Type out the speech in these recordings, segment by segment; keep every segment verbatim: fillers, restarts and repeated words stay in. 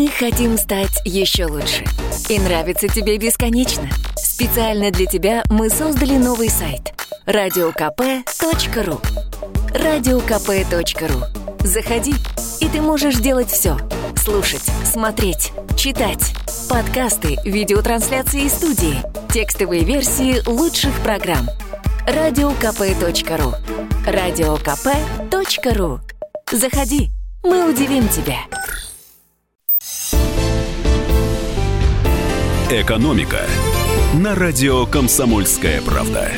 Мы хотим стать еще лучше. И нравится тебе бесконечно. Специально для тебя мы создали новый сайт – радио ка пэ точка ру. радио ка пэ точка ру. Заходи, и ты можешь делать все. Слушать, смотреть, читать. Подкасты, видеотрансляции из студии, текстовые версии лучших программ. радио ка пэ точка ру. радио ка пэ точка ру. Заходи, мы удивим тебя. «Экономика» на радио «Комсомольская правда».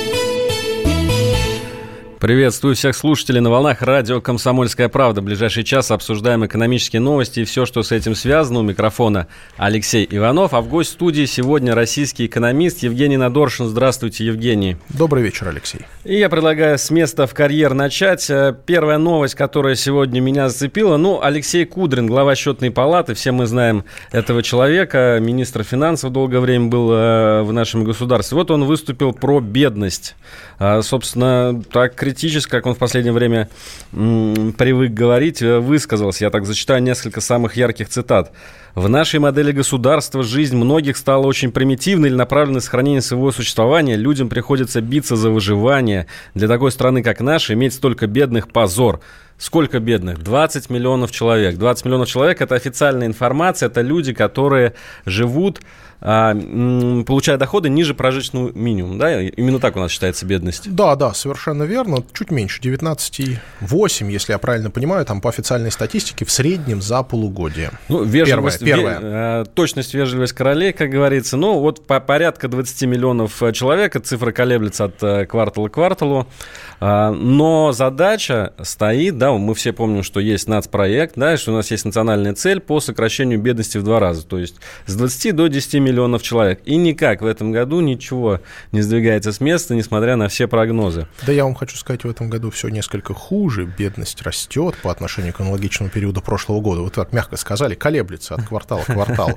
Приветствую всех слушателей на волнах радио «Комсомольская правда». В ближайший час обсуждаем экономические новости и все, что с этим связано. У микрофона Алексей Иванов, а в гость студии сегодня российский экономист Евгений Надоршин. Здравствуйте, Евгений. Добрый вечер, Алексей. И я предлагаю с места в карьер начать. Первая новость, которая сегодня меня зацепила. Ну, Алексей Кудрин, глава Счетной палаты. Все мы знаем этого человека. Министр финансов долгое время был в нашем государстве. Вот он выступил про бедность. Собственно, так критически, как он в последнее время м, привык говорить, высказался. Я так зачитаю несколько самых ярких цитат. «В нашей модели государства жизнь многих стала очень примитивной или направленной на сохранение своего существования. Людям приходится биться за выживание. Для такой страны, как наша, иметь столько бедных – позор». Сколько бедных? двадцать миллионов человек. двадцать миллионов человек – это официальная информация, это люди, которые живут, а, м, получая доходы ниже прожиточного минимума. Да? Именно так у нас считается бедность. Да, да, совершенно верно. Чуть меньше, девятнадцать целых восемь, если я правильно понимаю, там по официальной статистике в среднем за полугодие. Ну, вежливость, Первое. Ве, э, точность, вежливость королей, как говорится. Ну, вот по порядка двадцать миллионов человек, эта цифра колеблется от э, квартала к кварталу. Э, но задача стоит, да, мы все помним, что есть нацпроект, да, что у нас есть национальная цель по сокращению бедности в два раза, то есть с двадцати до десяти миллионов человек. И никак в этом году ничего не сдвигается с места, несмотря на все прогнозы. Да, я вам хочу сказать, в этом году все несколько хуже, бедность растет по отношению к аналогичному периоду прошлого года. Вы так мягко сказали, колеблется от квартала к кварталу.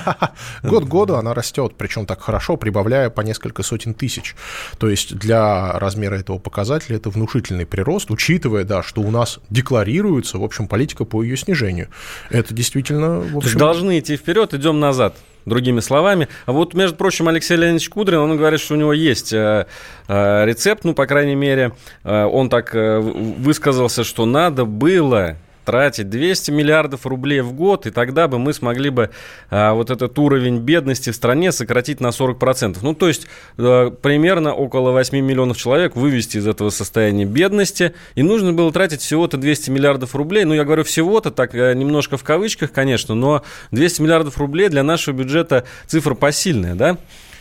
Год к году она растет, причем так хорошо, прибавляя по несколько сотен тысяч. То есть для размера этого показателя это внушительный прирост, учитывая, да, что у нас декларируется, в общем, политика по ее снижению. Это действительно, в общем... То есть должны идти вперед, идем назад, другими словами. А вот, между прочим, Алексей Леонидович Кудрин, он говорит, что у него есть э, э, рецепт, ну, по крайней мере, э, он так э, высказался, что надо было тратить двести миллиардов рублей в год, и тогда бы мы смогли бы а, вот этот уровень бедности в стране сократить на сорок процентов. Ну, то есть а, примерно около восемь миллионов человек вывести из этого состояния бедности, и нужно было тратить всего-то двести миллиардов рублей. Ну, я говорю всего-то, так немножко в кавычках, конечно, но двести миллиардов рублей для нашего бюджета цифра посильная, да?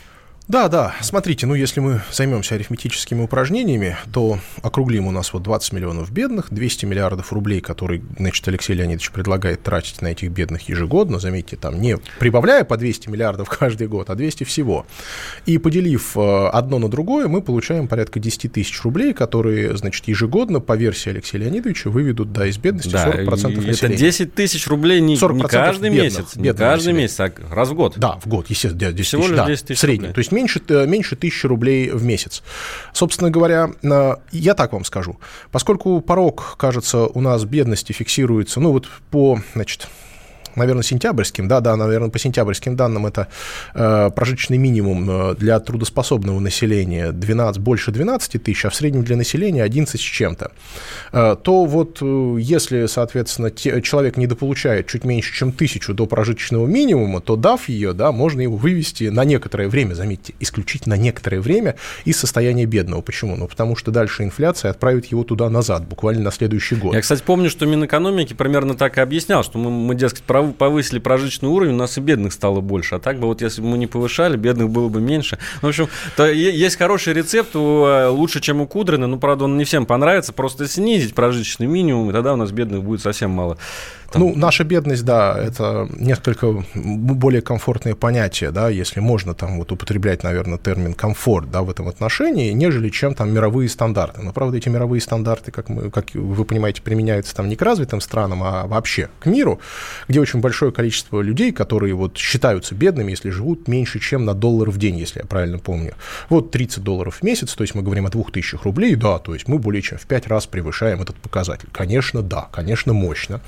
Да, да, смотрите, ну, если мы займемся арифметическими упражнениями, то округлим, у нас вот двадцать миллионов бедных, двести миллиардов рублей, которые, значит, Алексей Леонидович предлагает тратить на этих бедных ежегодно, заметьте, там не прибавляя по двести миллиардов каждый год, а двести всего. И поделив одно на другое, мы получаем порядка десять тысяч рублей, которые, значит, ежегодно, по версии Алексея Леонидовича, выведут, да, из бедности да, сорок процентов населения. Это десять тысяч рублей не, не каждый бедных, месяц, не каждый населения. месяц, а раз в год. Да, в год, естественно, десять Всего тысяч, лишь да, десять тысяч в среднем. рублей. То есть меньше, меньше тысячи рублей в месяц. Собственно говоря, я так вам скажу. Поскольку порог, кажется, у нас бедности фиксируется, ну вот по, значит... наверное, сентябрьским, да, да, наверное, по сентябрьским данным это э, прожиточный минимум для трудоспособного населения двенадцать, больше двенадцати тысяч, а в среднем для населения одиннадцать с чем-то, э, то вот э, если, соответственно, те, человек недополучает чуть меньше, чем тысячу до прожиточного минимума, то дав ее, да, можно его вывести на некоторое время, заметьте, исключительно на некоторое время из состояния бедного. Почему? Ну, потому что дальше инфляция отправит его туда-назад, буквально на следующий год. Я, кстати, помню, что Минэкономики примерно так и объяснял, что мы, мы дескать, прав повысили прожиточный уровень, у нас и бедных стало больше. А так бы вот если бы мы не повышали, бедных было бы меньше. В общем, то есть хороший рецепт, лучше, чем у Кудрина. Ну, правда, он не всем понравится. Просто снизить прожиточный минимум, и тогда у нас бедных будет совсем мало. Там... Ну, наша бедность, да, это несколько более комфортное понятие, да, если можно там вот употреблять, наверное, термин комфорт, да, в этом отношении, нежели чем там мировые стандарты. Но, правда, эти мировые стандарты, как, мы, как вы понимаете, применяются там не к развитым странам, а вообще к миру, где очень большое количество людей, которые вот считаются бедными, если живут меньше, чем на доллар в день, если я правильно помню. Вот тридцать долларов в месяц, то есть мы говорим о двух тысячах рублей, да, то есть мы более чем в пять раз превышаем этот показатель. Конечно, да, конечно, мощно.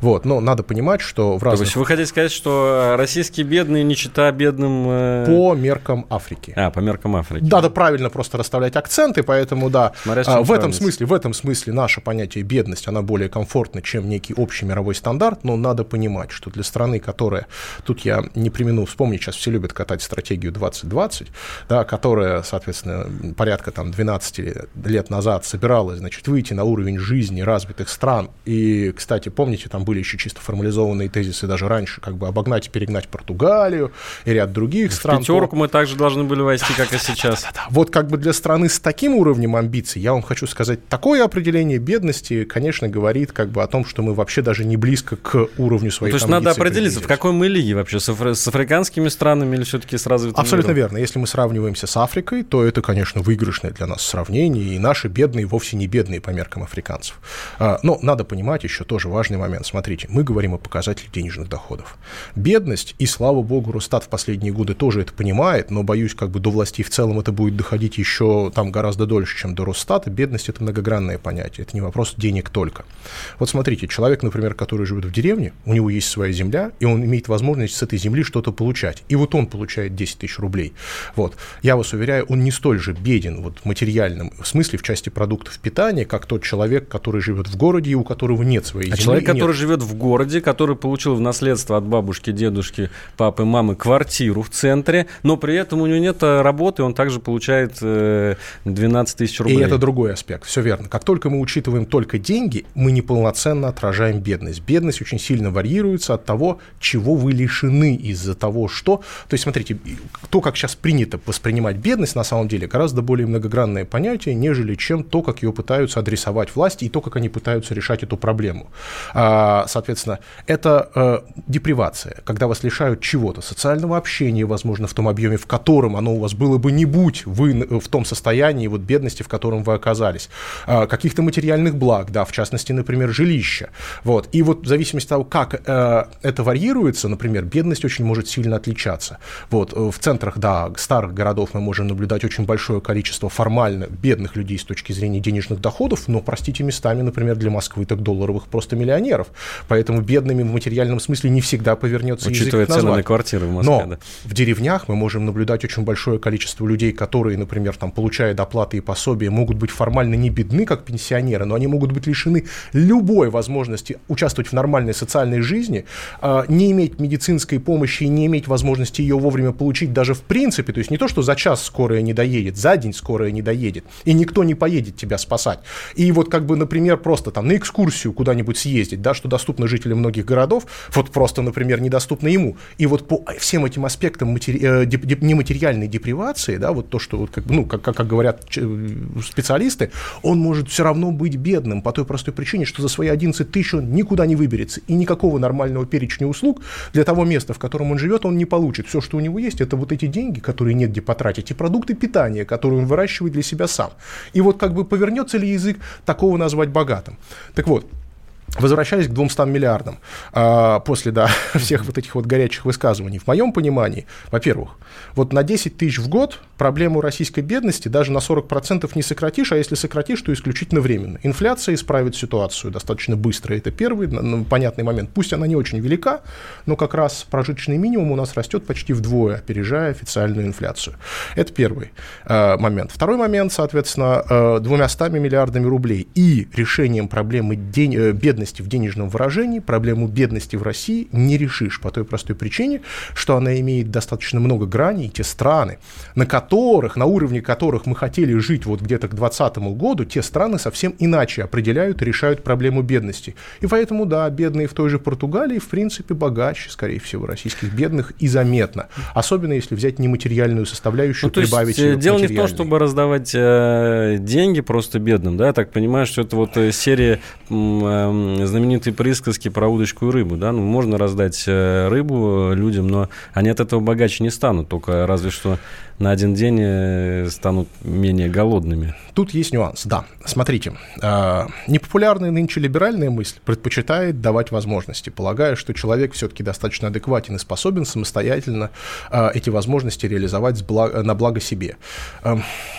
Вот, но надо понимать, что в разных... То есть вы хотите сказать, что российские бедные не чита бедным... Э... По меркам Африки. А, по меркам Африки. Надо правильно просто расставлять акценты, поэтому, да, Смотря, в этом смысле, в этом смысле наше понятие бедность, она более комфортна, чем некий общий мировой стандарт, но надо понимать, что для страны, которая... Тут я не премину вспомнить, сейчас все любят катать стратегию двадцать двадцать, да, которая, соответственно, порядка там двенадцать лет назад собиралась, значит, выйти на уровень жизни развитых стран. И, кстати, помните, там были еще чисто формализованные тезисы даже раньше, как бы обогнать и перегнать Португалию и ряд других в стран. В пятерку мы также должны были войти, да, как да, и сейчас. Да, да, да. Вот как бы для страны с таким уровнем амбиций, я вам хочу сказать, такое определение бедности, конечно, говорит как бы о том, что мы вообще даже не близко к уровню своих амбиций. То есть надо определиться, в какой мы лиге вообще, с, афри- с африканскими странами или все-таки с развитым Абсолютно миром? верно. Если мы сравниваемся с Африкой, то это, конечно, выигрышное для нас сравнение, и наши бедные вовсе не бедные по меркам африканцев. Но надо понимать еще тоже важный момент. Смотрите, мы говорим о показателе денежных доходов. Бедность, и слава богу, Росстат в последние годы тоже это понимает, но, боюсь, как бы до властей в целом это будет доходить еще там гораздо дольше, чем до Росстата. Бедность – это многогранное понятие, это не вопрос денег только. Вот смотрите, человек, например, который живет в деревне, у него есть своя земля, и он имеет возможность с этой земли что-то получать. И вот он получает десять тысяч рублей. Вот. Я вас уверяю, он не столь же беден вот, в материальном смысле, в части продуктов питания, как тот человек, который живет в городе и у которого нет своей а земли. Человек, который нет... живет в городе, который получил в наследство от бабушки, дедушки, папы, мамы квартиру в центре, но при этом у него нет работы, он также получает двенадцать тысяч рублей. И это другой аспект, все верно. Как только мы учитываем только деньги, мы неполноценно отражаем бедность. Бедность очень сильно варьируется от того, чего вы лишены из-за того, что... То есть, смотрите, то, как сейчас принято воспринимать бедность, на самом деле, гораздо более многогранное понятие, нежели чем то, как ее пытаются адресовать власти и то, как они пытаются решать эту проблему. Соответственно, это депривация, когда вас лишают чего-то, социального общения, возможно, в том объеме, в котором оно у вас было бы не будь вы в том состоянии вот, бедности, в котором вы оказались, каких-то материальных благ, да, в частности, например, жилища. Вот. И вот в зависимости от того, как это варьируется, например, бедность очень может сильно отличаться. Вот. В центрах, да, старых городов мы можем наблюдать очень большое количество формально бедных людей с точки зрения денежных доходов, но, простите, местами, например, для Москвы так долларовых просто миллионеров. Поэтому бедными в материальном смысле не всегда повернется язык назвать. Учитывая цены на квартиры в Москве. Но да. в деревнях мы можем наблюдать очень большое количество людей, которые, например, там, получая доплаты и пособия, могут быть формально не бедны, как пенсионеры, но они могут быть лишены любой возможности участвовать в нормальной социальной жизни, не иметь медицинской помощи и не иметь возможности ее вовремя получить даже в принципе. То есть не то, что за час скорая не доедет, за день скорая не доедет, и никто не поедет тебя спасать. И вот как бы, например, просто там на экскурсию куда-нибудь съездить, да, что доступно жителям многих городов, вот просто, например, недоступно ему. И вот по всем этим аспектам матери... э, деп... Деп... нематериальной депривации, да, вот то, что, вот как, ну, как, как, как говорят специалисты, он может все равно быть бедным по той простой причине, что за свои одиннадцать тысяч он никуда не выберется, и никакого нормального перечня услуг для того места, в котором он живет, он не получит. Все, что у него есть, это вот эти деньги, которые нет где потратить, и продукты питания, которые он выращивает для себя сам. И вот как бы повернется ли язык такого назвать богатым? Так вот, возвращаясь к двумстам миллиардам, а, после да, всех вот этих вот горячих высказываний, в моем понимании, во-первых, вот на десять тысяч в год проблему российской бедности даже на сорок процентов не сократишь, а если сократишь, то исключительно временно. Инфляция исправит ситуацию достаточно быстро, это первый ну, понятный момент. Пусть она не очень велика, но как раз прожиточный минимум у нас растет почти вдвое, опережая официальную инфляцию. Это первый э, момент. Второй момент, соответственно, э, двумястами миллиардами рублей и решением проблемы день, э, бедности в денежном выражении, проблему бедности в России не решишь по той простой причине, что она имеет достаточно много граней, и те страны, на которых, на уровне которых мы хотели жить вот где-то к двадцатому году, те страны совсем иначе определяют и решают проблему бедности. И поэтому, да, бедные в той же Португалии, в принципе, богаче, скорее всего, российских бедных и заметно. Особенно, если взять нематериальную составляющую, ну, прибавить ее к дело материальной. Не в том, чтобы раздавать э, деньги просто бедным, да, я так понимаю, что это вот серия э, знаменитые присказки про удочку и рыбу, да, ну, можно раздать рыбу людям, но они от этого богаче не станут, только разве что на один день станут менее голодными. Тут есть нюанс, да. Смотрите, э, непопулярная нынче либеральная мысль предпочитает давать возможности, полагая, что человек все-таки достаточно адекватен и способен самостоятельно э, эти возможности реализовать с благ... на благо себе. Э,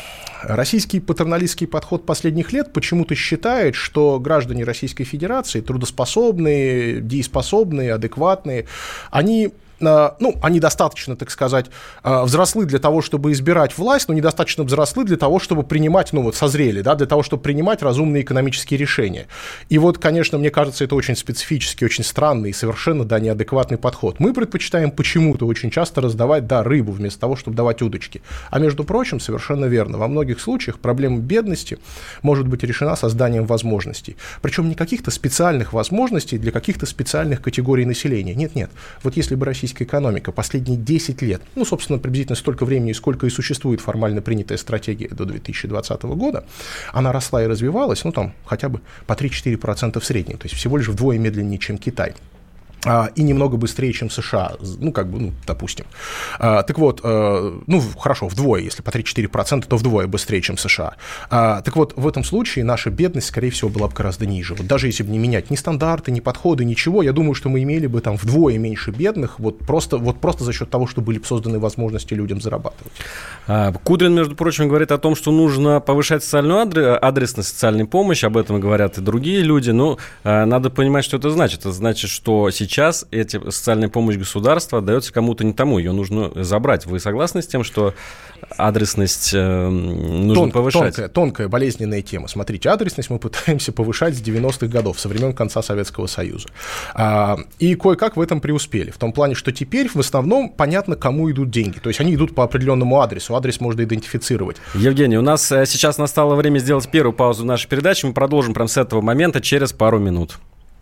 Российский патерналистский подход последних лет почему-то считает, что граждане Российской Федерации трудоспособные, дееспособные, адекватные, они... ну, они достаточно, так сказать, взрослы для того, чтобы избирать власть, но недостаточно взрослы для того, чтобы принимать, ну, вот созрели, да, для того, чтобы принимать разумные экономические решения. И вот, конечно, мне кажется, это очень специфический, очень странный и совершенно, да, неадекватный подход. Мы предпочитаем почему-то очень часто раздавать, да, рыбу вместо того, чтобы давать удочки. А между прочим, совершенно верно, во многих случаях проблема бедности может быть решена созданием возможностей. Причем не каких-то специальных возможностей для каких-то специальных категорий населения. Нет-нет. Вот если бы российская экономика последние десять лет, ну, собственно, приблизительно столько времени, сколько и существует формально принятая стратегия до две тысячи двадцатого года, она росла и развивалась, ну, там, хотя бы по три-четыре процента в среднем, то есть всего лишь вдвое медленнее, чем Китай. И немного быстрее, чем США, ну, как бы, ну, допустим. Так вот, ну, хорошо, вдвое, если по три-четыре процента, то вдвое быстрее, чем США. Так вот, в этом случае наша бедность, скорее всего, была бы гораздо ниже. Вот даже если бы не менять ни стандарты, ни подходы, ничего, я думаю, что мы имели бы там вдвое меньше бедных, вот просто, вот просто за счет того, что были бы созданы возможности людям зарабатывать. Кудрин, между прочим, говорит о том, что нужно повышать социальную адресность социальной помощи, об этом говорят и другие люди, но надо понимать, что это значит. Это значит, что сейчас Сейчас эти, социальная помощь государства отдается кому-то не тому, ее нужно забрать. Вы согласны с тем, что адресность э, нужно Тон, повышать? Тонкая, тонкая, болезненная тема. Смотрите, адресность мы пытаемся повышать с девяностых годов, со времен конца Советского Союза. А, и кое-как в этом преуспели. В том плане, что теперь в основном понятно, кому идут деньги. То есть они идут по определенному адресу, адрес можно идентифицировать. Евгений, у нас сейчас настало время сделать первую паузу нашей передачи. Мы продолжим прямо с этого момента через пару минут.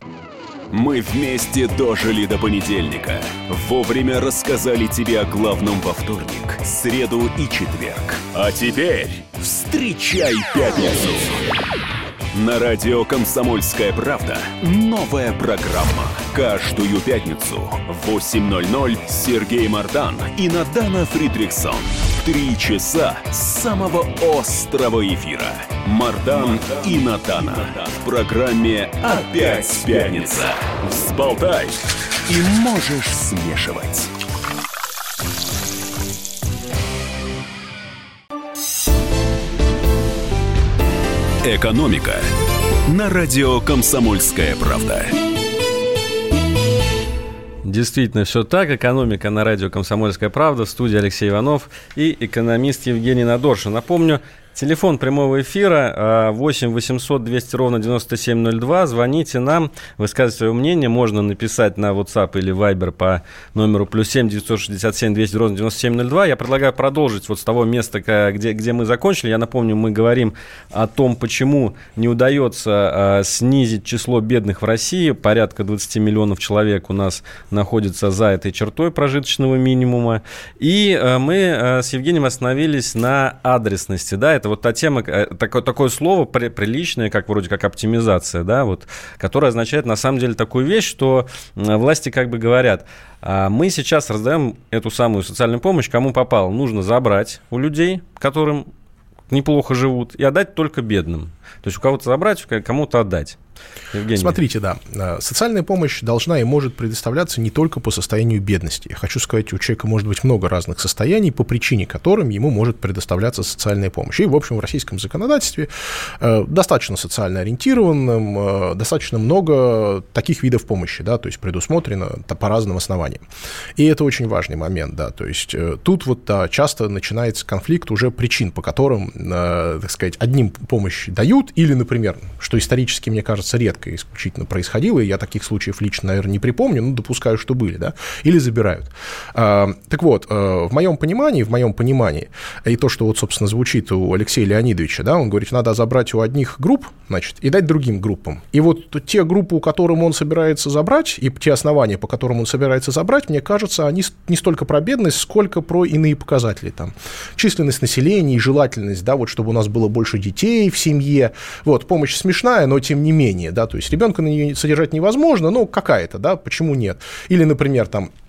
Мы вместе дожили до понедельника. Вовремя рассказали тебе о главном во вторник, среду и четверг. А теперь встречай пятницу. На радио «Комсомольская правда» новая программа. Каждую пятницу в восемь ноль ноль Сергей Мардан и Надана Фридрихсон. Три часа самого острого эфира. Мардан и Надана. В программе «Опять пятница». Взболтай и можешь смешивать. «Экономика» на радио «Комсомольская правда». Действительно, все так. Экономика на радио «Комсомольская правда». В студии Алексей Иванов и экономист Евгений Надоршин. Напомню, телефон прямого эфира восемь восемьсот двести ровно девяносто семь ноль два. Звоните нам, высказывайте свое мнение. Можно написать на WhatsApp или Viber по номеру плюс семь девятьсот шестьдесят семь двести ровно девяносто семь ноль два. Я предлагаю продолжить вот с того места, где, где мы закончили. Я напомню, мы говорим о том, почему не удается а, снизить число бедных в России. Порядка двадцать миллионов человек у нас находится за этой чертой прожиточного минимума. И а, мы а, с Евгением остановились на адресности, да, это вот та тема, такое, такое слово при, приличное, как вроде как оптимизация, да, вот, которое означает на самом деле такую вещь, что власти как бы говорят, мы сейчас раздаем эту самую социальную помощь, кому попало, нужно забрать у людей, которым неплохо живут, и отдать только бедным. То есть у кого-то забрать, кому-то отдать. Евгений. Смотрите, да, социальная помощь должна и может предоставляться не только по состоянию бедности. Я хочу сказать, у человека может быть много разных состояний, по причине которым ему может предоставляться социальная помощь. И, в общем, в российском законодательстве э, достаточно социально ориентированным, э, достаточно много таких видов помощи, да, то есть предусмотрено по разным основаниям. И это очень важный момент, да, то есть э, тут вот да, часто начинается конфликт уже причин, по которым, э, так сказать, одним помощь дают, или, например, что исторически, мне кажется, редко исключительно происходило, и я таких случаев лично, наверное, не припомню, но допускаю, что были, да, или забирают. А, так вот, в моем понимании, в моем понимании, и то, что вот, собственно, звучит у Алексея Леонидовича, да, он говорит, надо забрать у одних групп, значит, и дать другим группам. И вот те группы, у которых он собирается забрать, и те основания, по которым он собирается забрать, мне кажется, они не столько про бедность, сколько про иные показатели, там, численность населения и желательность, да, вот, чтобы у нас было больше детей в семье, вот, помощь смешная, но тем не менее, да, то есть ребенка на нее содержать невозможно, но какая-то, да, почему нет? Или, например, там,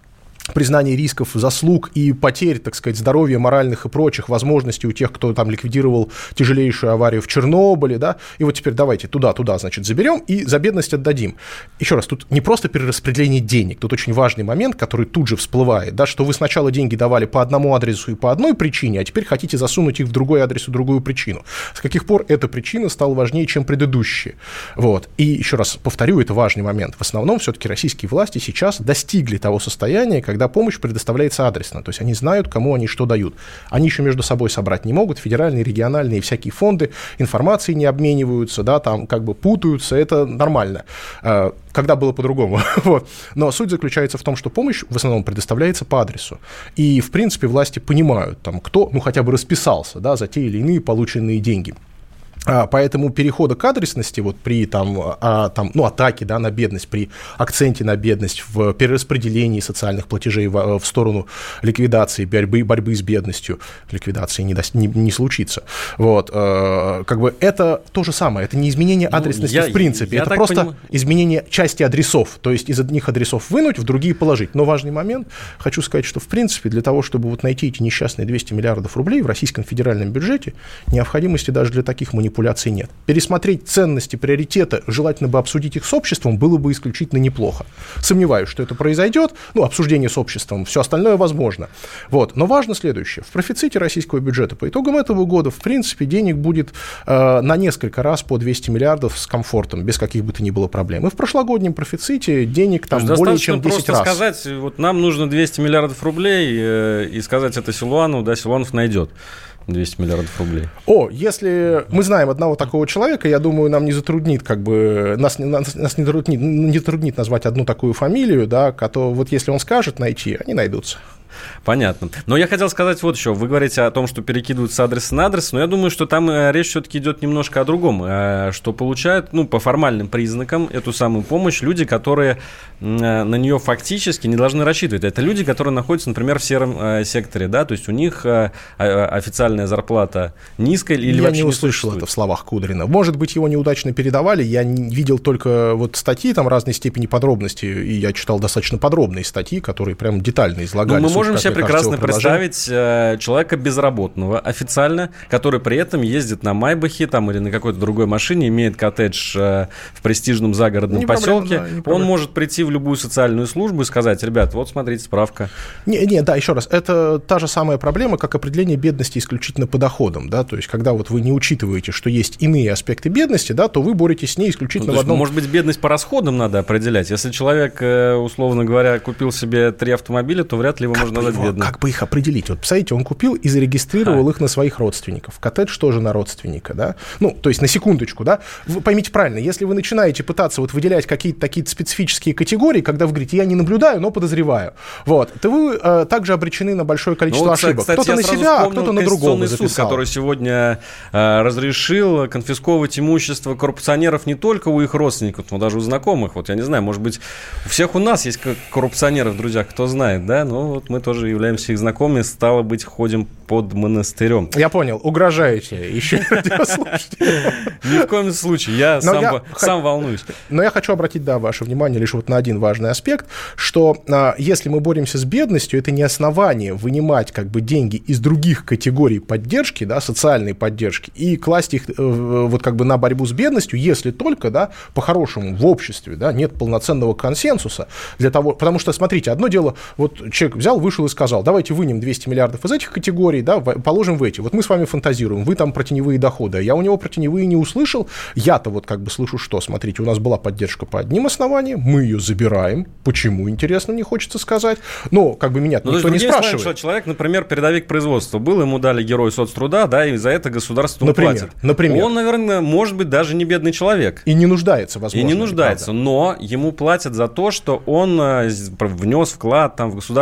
признание рисков, заслуг и потерь, так сказать, здоровья, моральных и прочих возможностей у тех, кто там ликвидировал тяжелейшую аварию в Чернобыле, да, и вот теперь давайте туда-туда, значит, заберем и за бедность отдадим. Еще раз, тут не просто перераспределение денег, тут очень важный момент, который тут же всплывает, да, что вы сначала деньги давали по одному адресу и по одной причине, а теперь хотите засунуть их в другой адрес и другую причину. С каких пор эта причина стала важнее, чем предыдущие? Вот. И еще раз повторю, это важный момент. В основном все-таки российские власти сейчас достигли того состояния, когда помощь предоставляется адресно, то есть они знают, кому они что дают. Они еще между собой собрать не могут, федеральные, региональные, всякие фонды информации не обмениваются, да, там как бы путаются, это нормально. Когда было по-другому. Вот. Но суть заключается в том, что помощь в основном предоставляется по адресу. И, в принципе, власти понимают, там, кто, ну, хотя бы расписался, да, за те или иные полученные деньги. А, поэтому перехода к адресности вот при там, а, там, ну, атаке, да, на бедность, при акценте на бедность в перераспределении социальных платежей в, в сторону ликвидации, борьбы, борьбы с бедностью, ликвидации не, не, не случится. Вот, э, как бы это то же самое, это не изменение адресности, ну, я, в принципе, это просто понимаю. Изменение части адресов, то есть из одних адресов вынуть, в другие положить. Но важный момент, хочу сказать, что в принципе для того, чтобы вот найти эти несчастные двести миллиардов рублей в российском федеральном бюджете, необходимости даже для таких манипуляций манипуляций нет. Пересмотреть ценности, приоритеты, желательно бы обсудить их с обществом, было бы исключительно неплохо. Сомневаюсь, что это произойдет. Ну, обсуждение с обществом, все остальное возможно. Вот. Но важно следующее. В профиците российского бюджета по итогам этого года, в принципе, денег будет э, на несколько раз по двести миллиардов с комфортом, без каких бы то ни было проблем. И в прошлогоднем профиците денег там более чем десять раз. Достаточно сказать, вот нам нужно двести миллиардов рублей, э, и сказать это Силуанову, да, Силуанов найдет двести миллиардов рублей. О, если мы знаем одного такого человека, я думаю, нам не затруднит, как бы, нас, нас, нас не, затруднит, не затруднит назвать одну такую фамилию, да, которую, вот если он скажет найти, они найдутся. Понятно. Но я хотел сказать вот еще. Вы говорите о том, что перекидываются с адреса на адрес, но я думаю, что там речь все-таки идет немножко о другом. Что получают, ну, по формальным признакам эту самую помощь люди, которые на нее фактически не должны рассчитывать. Это люди, которые находятся, например, в сером секторе, да, то есть у них официальная зарплата низкая или я вообще не не услышал существует. Это в словах Кудрина. Может быть, его неудачно передавали. Я не видел только вот статьи там разной степени подробности, и я читал достаточно подробные статьи, которые прям детально излагали. Ну, мы можем себе прекрасно представить э, человека безработного официально, который при этом ездит на Майбахе там, или на какой-то другой машине, имеет коттедж э, в престижном загородном не поселке. Проблема, да, он может прийти в любую социальную службу и сказать: ребят, вот смотрите, справка. Не, не, да, еще раз, это та же самая проблема, как определение бедности исключительно по доходам, да, то есть когда вот вы не учитываете, что есть иные аспекты бедности, да, то вы боретесь с ней исключительно ну, в одном... Может быть, бедность по расходам надо определять. Если человек, условно говоря, купил себе три автомобиля, то вряд ли его как можно назвать бедным. Как бы их определить? Вот, представляете, он купил и зарегистрировал а. их на своих родственников. Коттедж тоже на родственника, да? Ну, то есть на секундочку, да? Вы поймите правильно, если вы начинаете пытаться вот выделять какие-то такие специфические категории, когда вы говорите: я не наблюдаю, но подозреваю, вот, то вы э, также обречены на большое количество ну, вот, ошибок. Кстати, кто-то на себя, а кто-то на другого записал. Суд, который сегодня э, разрешил конфисковывать имущество коррупционеров не только у их родственников, но даже у знакомых. Вот я не знаю, может быть, у всех у нас есть коррупционеры в друзьях, кто знает, да? Ну, вот мы тоже являемся их знакомыми, стало быть, ходим под монастырем. Я понял, угрожаете еще радиослушателям. Ни в коем случае, я сам волнуюсь. Но я хочу обратить, да, ваше внимание лишь вот на один важный аспект, что если мы боремся с бедностью, это не основание вынимать как бы деньги из других категорий поддержки, да, социальной поддержки, и класть их вот как бы на борьбу с бедностью, если только, да, по-хорошему в обществе, да, нет полноценного консенсуса для того, потому что, смотрите, одно дело, вот человек взял, вышел и сказал: давайте вынем двести миллиардов из этих категорий, да, положим в эти. Вот мы с вами фантазируем, вы там про теневые доходы, а я у него про теневые не услышал. Я-то вот как бы слышу, что, смотрите, у нас была поддержка по одним основаниям, мы ее забираем. Почему, интересно, мне хочется сказать. Но как бы меня ну, никто не спрашивает. Словами, человек, например, передовик производства был, ему дали Герой соцтруда, да, и за это государство например, платит. Например. Он, наверное, может быть даже не бедный человек. И не нуждается, возможно. И не нуждается, но ему платят за то, что он внес вклад там, в государственное развитие.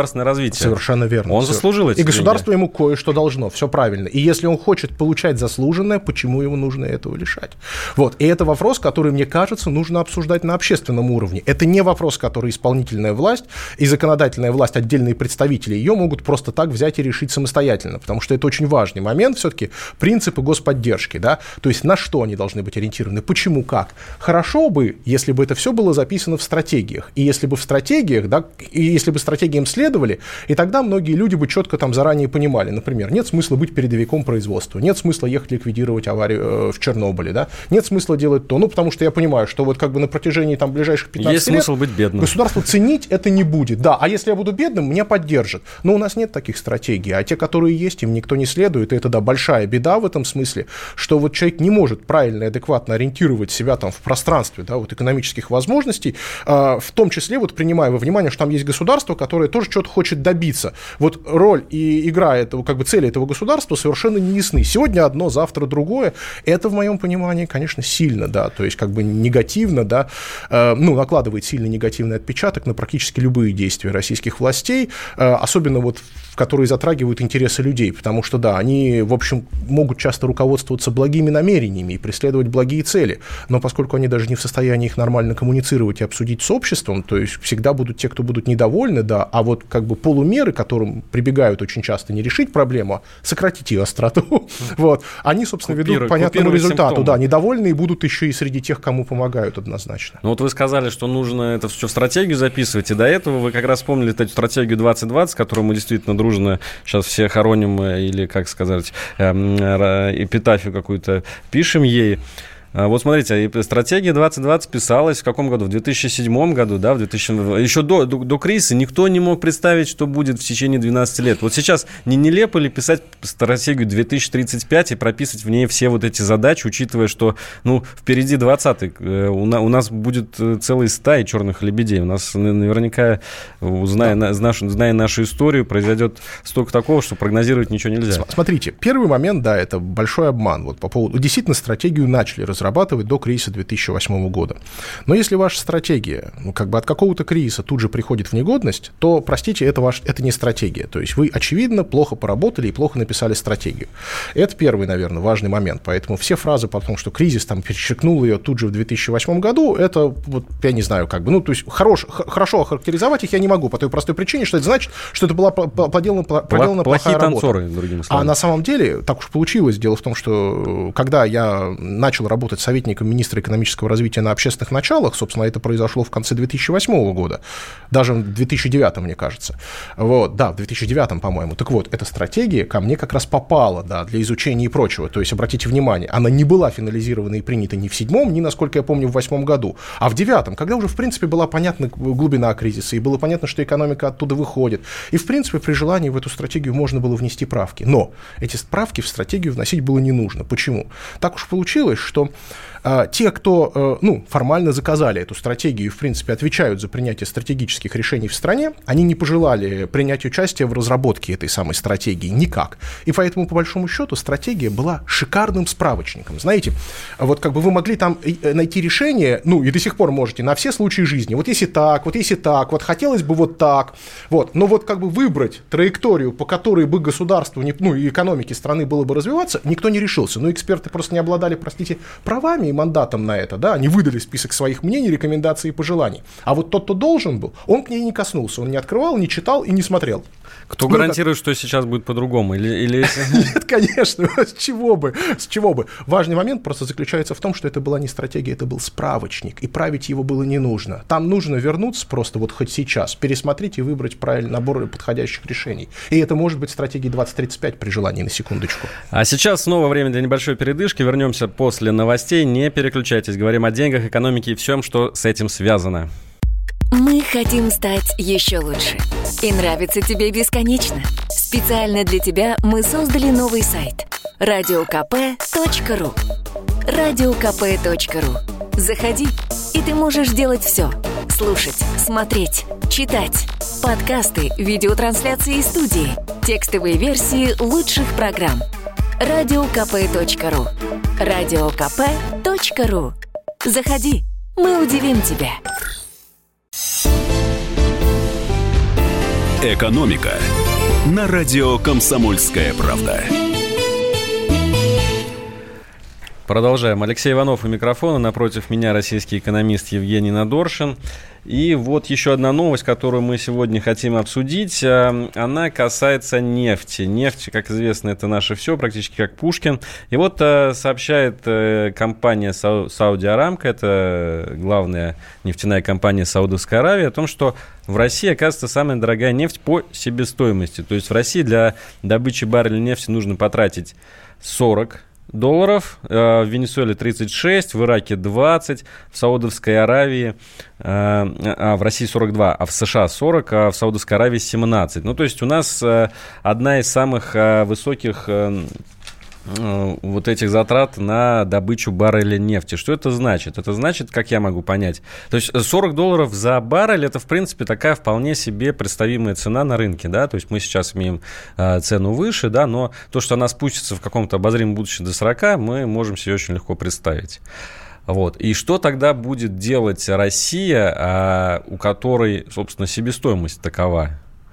говорите. Совершенно верно. Он заслужил эти И государство деньги. ему кое-что должно, все правильно. И если он хочет получать заслуженное, почему ему нужно этого лишать? Вот. И это вопрос, который, мне кажется, нужно обсуждать на общественном уровне. Это не вопрос, который исполнительная власть и законодательная власть, отдельные представители ее могут просто так взять и решить самостоятельно, потому что это очень важный момент, все-таки принципы господдержки, да, то есть на что они должны быть ориентированы, почему, как. Хорошо бы, если бы это все было записано в стратегиях, и если бы в стратегиях, да, и если бы стратегиям следовали, и тогда многие люди бы четко там заранее понимали, например, нет смысла быть передовиком производства, нет смысла ехать ликвидировать аварию э, в Чернобыле, да, нет смысла делать то, ну, потому что я понимаю, что вот как бы на протяжении там ближайших пятнадцати лет есть смысл быть бедным. Государство ценить это не будет, да, а если я буду бедным, меня поддержат, но у нас нет таких стратегий, а те, которые есть, им никто не следует, и это, да, большая беда в этом смысле, что вот человек не может правильно и адекватно ориентировать себя там в пространстве, да, вот экономических возможностей, э, в том числе вот принимая во внимание, что там есть государство, которое тоже что-то хочет добиться. Вот роль и игра этого, как бы цели этого государства совершенно не ясны. Сегодня одно, завтра другое. Это, в моем понимании, конечно, сильно, да, то есть как бы негативно, да, э, ну, накладывает сильный негативный отпечаток на практически любые действия российских властей, э, особенно вот которые затрагивают интересы людей, потому что, да, они, в общем, могут часто руководствоваться благими намерениями и преследовать благие цели, но поскольку они даже не в состоянии их нормально коммуницировать и обсудить с обществом, то есть всегда будут те, кто будут недовольны, да, а вот как бы полумеры, к которым прибегают очень часто не решить проблему, а сократить ее остроту, вот, они, собственно, ведут к понятному результату, да, недовольные будут еще и среди тех, кому помогают однозначно. Ну вот вы сказали, что нужно это все в стратегию записывать, и до этого вы как раз вспомнили эту стратегию двадцать двадцать, которую мы действительно дружно сейчас все хороним или, как сказать, эпитафию какую-то пишем ей. Вот смотрите, стратегия двадцать двадцать писалась в каком году? В две тысячи седьмом году, да, в две тысячи... еще до, до, до кризиса никто не мог представить, что будет в течение двенадцати лет. Вот сейчас не нелепо ли писать стратегию две тысячи тридцать пять и прописывать в ней все вот эти задачи, учитывая, что, ну, впереди двадцатый, у нас будет целая стая черных лебедей. У нас наверняка, зная, да. нашу, зная нашу историю, произойдет столько такого, что прогнозировать ничего нельзя. Смотрите, первый момент, да, это большой обман. Вот по поводу... Действительно, стратегию начали разрабатывать разрабатывать до кризиса две тысячи восьмого года. Но если ваша стратегия, ну, как бы от какого-то кризиса тут же приходит в негодность, то, простите, это, ваш, это не стратегия. То есть вы, очевидно, плохо поработали и плохо написали стратегию. Это первый, наверное, важный момент. Поэтому все фразы по тому, что кризис там перечеркнул ее тут же в две тысячи восьмом году, это, вот, я не знаю, как бы, ну, то есть хорош, х- хорошо охарактеризовать их я не могу по той простой причине, что это значит, что это была проделана, проделана плохая работа. Танцоры, другими словами. А на самом деле, так уж получилось. Дело в том, что когда я начал работать советником министра экономического развития на общественных началах, собственно, это произошло в конце две тысячи восьмого года, даже в две тысячи девятом, мне кажется. Вот, да, в две тысячи девятом, по-моему. Так вот, эта стратегия ко мне как раз попала, да, для изучения и прочего. То есть, обратите внимание, она не была финализирована и принята ни в седьмом, ни, насколько я помню, в восьмом году, а в девятом, когда уже, в принципе, была понятна глубина кризиса, и было понятно, что экономика оттуда выходит. И, в принципе, при желании в эту стратегию можно было внести правки. Но эти правки в стратегию вносить было не нужно. Почему? Так уж получилось, что те, кто, ну, формально заказали эту стратегию и, в принципе, отвечают за принятие стратегических решений в стране, они не пожелали принять участие в разработке этой самой стратегии никак. И поэтому, по большому счету, стратегия была шикарным справочником. Знаете, вот как бы вы могли там найти решение, ну, и до сих пор можете, на все случаи жизни. Вот если так, вот если так, вот хотелось бы вот так. Вот. Но вот как бы выбрать траекторию, по которой бы государству, ну, и экономике страны было бы развиваться, никто не решился. Но эксперты просто не обладали, простите, правами и мандатом на это, да, они выдали список своих мнений, рекомендаций и пожеланий. А вот тот, кто должен был, он к ней не коснулся, он не открывал, не читал и не смотрел. Кто ну, гарантирует, как... что сейчас будет по-другому? Или, или... Нет, конечно, с чего бы, с чего бы. Важный момент просто заключается в том, что это была не стратегия, это был справочник, и править его было не нужно. Там нужно вернуться просто вот хоть сейчас, пересмотреть и выбрать правильный набор подходящих решений. И это может быть стратегия двадцать тридцать пять при желании, на секундочку. А сейчас снова время для небольшой передышки. Вернемся после новостей. Не переключайтесь. Говорим о деньгах, экономике и всем, что с этим связано. Мы хотим стать еще лучше. И нравится тебе бесконечно. Специально для тебя мы создали новый сайт – радио ка пэ точка ру. радио ка пэ точка ру. Заходи, и ты можешь делать все. Слушать, смотреть, читать. Подкасты, видеотрансляции из студии, текстовые версии лучших программ. радио ка пэ точка ру. радио ка пэ точка ру. Заходи, мы удивим тебя. «Экономика» на радио «Комсомольская правда». Продолжаем. Алексей Иванов у микрофона. Напротив меня российский экономист Евгений Надоршин. И вот еще одна новость, которую мы сегодня хотим обсудить. Она касается нефти. Нефть, как известно, это наше все, практически как Пушкин. И вот сообщает компания Сауди Арамко, это главная нефтяная компания Саудовской Аравии, о том, что в России, оказывается, самая дорогая нефть по себестоимости. То есть в России для добычи барреля нефти нужно потратить сорок долларов, в Венесуэле тридцать шесть, в Ираке двадцать, в Саудовской Аравии, а в России сорок два, а в США сорок, а в Саудовской Аравии семнадцать. Ну, то есть у нас одна из самых высоких вот этих затрат на добычу барреля нефти. Что это значит? Это значит, как я могу понять, то есть сорок долларов за баррель — это, в принципе, такая вполне себе представимая цена на рынке, да, то есть мы сейчас имеем э, цену выше, да, но то, что она спустится в каком-то обозримом будущем до сорока, мы можем себе очень легко представить. Вот. И что тогда будет делать Россия, а, у которой, собственно, себестоимость такова?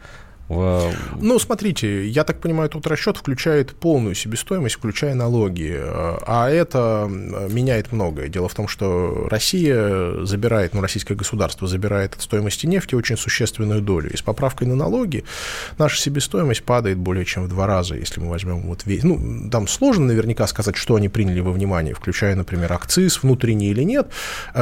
Ну, смотрите, я так понимаю, тут расчет включает полную себестоимость, включая налоги, а это меняет многое. Дело в том, что Россия забирает, ну, российское государство забирает от стоимости нефти очень существенную долю. И с поправкой на налоги наша себестоимость падает более чем в два раза, если мы возьмем вот весь... Ну, там сложно наверняка сказать, что они приняли во внимание, включая, например, акциз внутренний или нет.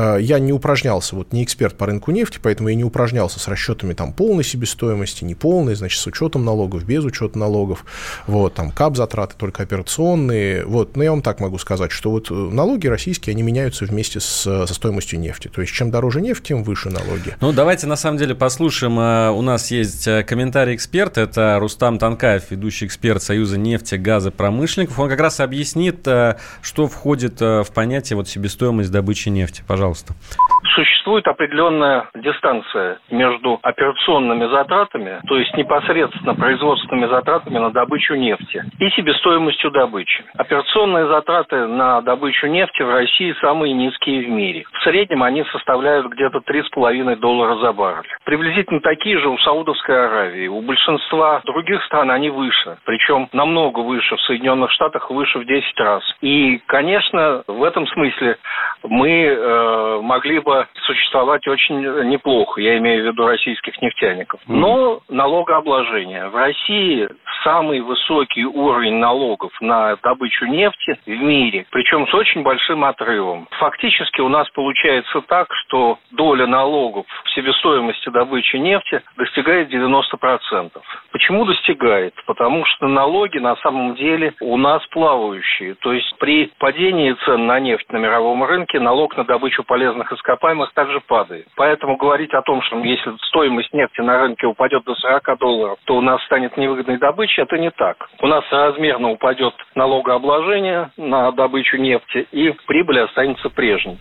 Я не упражнялся, вот не эксперт по рынку нефти, поэтому я не упражнялся с расчетами там полной себестоимости, неполной, значит, с учетом налогов, без учета налогов, вот, там, кап-затраты только операционные, вот, но я вам так могу сказать, что вот налоги российские, они меняются вместе с, со стоимостью нефти, то есть, чем дороже нефть, тем выше налоги. Ну, давайте, на самом деле, послушаем, у нас есть комментарий эксперта, это Рустам Танкаев, ведущий эксперт Союза нефти, газа, промышленников, он как раз объяснит, что входит в понятие вот себестоимость добычи нефти, пожалуйста. Существует определенная дистанция между операционными затратами, то есть непосредственно производственными затратами на добычу нефти, и себестоимостью добычи. Операционные затраты на добычу нефти в России самые низкие в мире. В среднем они составляют где-то три с половиной доллара за баррель. Приблизительно такие же у Саудовской Аравии. У большинства других стран они выше, причем намного выше, в Соединенных Штатах выше в десять раз. И, конечно, в этом смысле мы э, могли бы существовать очень неплохо, я имею в виду российских нефтяников. Но налогообложение. В России самый высокий уровень налогов на добычу нефти в мире, причем с очень большим отрывом. Фактически у нас получается так, что доля налогов в себестоимости добычи нефти достигает девяносто процентов. Почему достигает? Потому что налоги на самом деле у нас плавающие. То есть при падении цен на нефть на мировом рынке налог на добычу полезных ископаемых также падает. Поэтому говорить о том, что если стоимость нефти на рынке упадет до сорок долларов, то у нас станет невыгодной добычей, это не так. У нас соразмерно упадет налогообложение на добычу нефти, и прибыль останется прежней.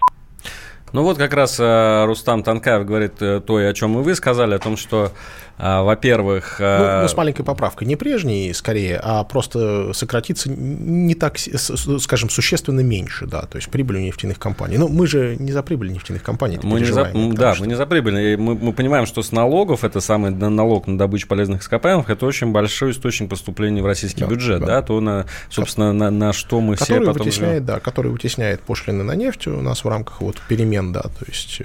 Ну вот как раз э, Рустам Танкаев говорит э, то, о чем и вы сказали, о том, что, э, во-первых... Э... Ну, ну, с маленькой поправкой, не прежней, скорее, а просто сократится не так, скажем, существенно меньше, да, то есть прибыль у нефтяных компаний. Но мы же не за прибыль нефтяных компаний мы не за, Да, что... мы не за прибыль. Мы, мы понимаем, что с налогов, это самый налог на добычу полезных ископаемых, это очень большой источник поступления в российский да, бюджет, да, да, то, на, собственно, на, на что мы который все потом... Вытесняет, да, который вытесняет пошлины на нефть у нас в рамках вот перемен. Да, то есть,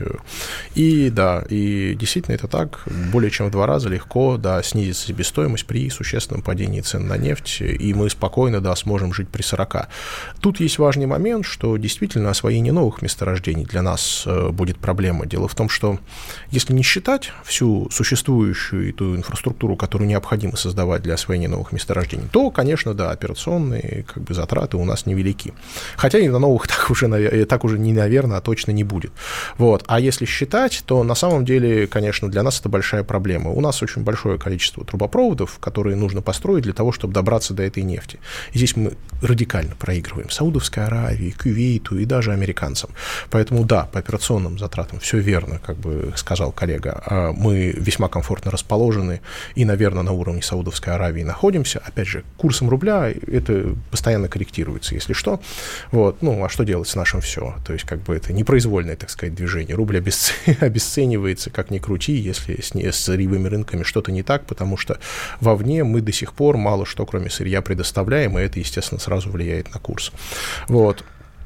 и да, и действительно это так, более чем в два раза легко, да, снизится себестоимость при существенном падении цен на нефть, и мы спокойно, да, сможем жить при сорока. Тут есть важный момент, что действительно освоение новых месторождений для нас будет проблема. Дело в том, что если не считать всю существующую и ту инфраструктуру, которую необходимо создавать для освоения новых месторождений, то, конечно, да, операционные как бы затраты у нас невелики. Хотя и на новых так уже, так уже не, наверное, а точно не будет. Вот. А если считать, то на самом деле, конечно, для нас это большая проблема. У нас очень большое количество трубопроводов, которые нужно построить для того, чтобы добраться до этой нефти. И здесь мы радикально проигрываем Саудовской Аравии, Кувейту и даже американцам. Поэтому да, по операционным затратам все верно, как бы сказал коллега. Мы весьма комфортно расположены и, наверное, на уровне Саудовской Аравии находимся. Опять же, курсом рубля это постоянно корректируется, если что. Вот. Ну, а что делать с нашим все? То есть, как бы это непроизвольное, так сказать, движение. Рубль обесценивается, как ни крути, если с, с сырьевыми рынками что-то не так, потому что вовне мы до сих пор мало что, кроме сырья, предоставляем, и это, естественно, сразу влияет на курс. Вот.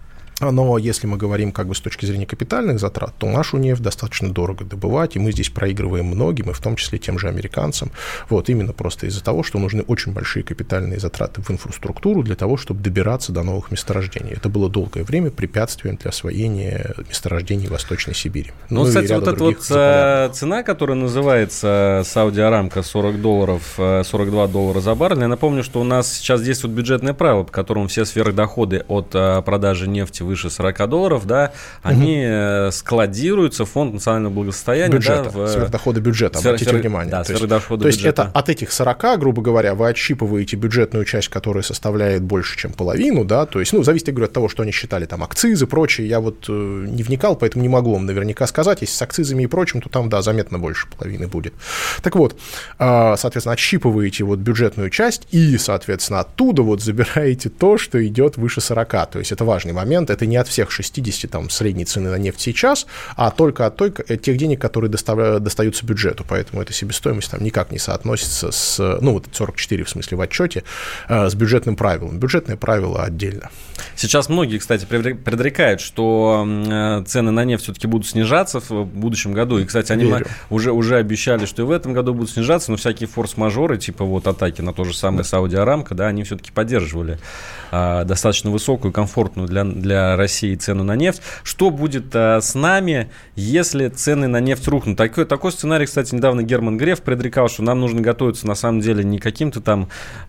Но если мы говорим как бы с точки зрения капитальных затрат, то нашу нефть достаточно дорого добывать, и мы здесь проигрываем многим, и в том числе тем же американцам. Вот, именно просто из-за того, что нужны очень большие капитальные затраты в инфраструктуру для того, чтобы добираться до новых месторождений. Это было долгое время препятствием для освоения месторождений Восточной Сибири. Ну, ну кстати, вот эта вот цена, которая называется Saudi Aramco сорок долларов, сорок два доллара за баррель, я напомню, что у нас сейчас действует бюджетное правило, по которому все сверхдоходы от продажи нефти выше сорок долларов, да, они угу. складируются в фонд национального благосостояния. Бюджета, да, в... сверхдоходы бюджета, Свер... обратите внимание. Да, то есть, сверхдоходы то есть бюджета. Это от этих сорока, грубо говоря, вы отщипываете бюджетную часть, которая составляет больше, чем половину, да, то есть, ну, зависит, я говорю, от того, что они считали, там, акцизы, прочее, я вот э, не вникал, поэтому не могу вам наверняка сказать, если с акцизами и прочим, то там, да, заметно больше половины будет. Так вот, э, соответственно, отщипываете вот бюджетную часть и, соответственно, оттуда вот забираете то, что идет выше сорока, то есть это важный момент, это не от всех шестидесяти там, средней цены на нефть сейчас, а только от той, тех денег, которые доставля, достаются бюджету. Поэтому эта себестоимость там никак не соотносится с, ну, вот сорок четыре в смысле в отчете, э, с бюджетным правилом. Бюджетное правило отдельно. Сейчас многие, кстати, предрекают, что цены на нефть все-таки будут снижаться в будущем году. И, кстати, они уже, уже обещали, что и в этом году будут снижаться, но всякие форс-мажоры, типа вот атаки на то же самое да. Saudi Aramco, да, они все-таки поддерживали а, достаточно высокую, комфортную для, для России цену на нефть. Что будет а, с нами, если цены на нефть рухнут? Такой, такой сценарий, кстати, недавно Герман Греф предрекал, что нам нужно готовиться на самом деле не к каким-то там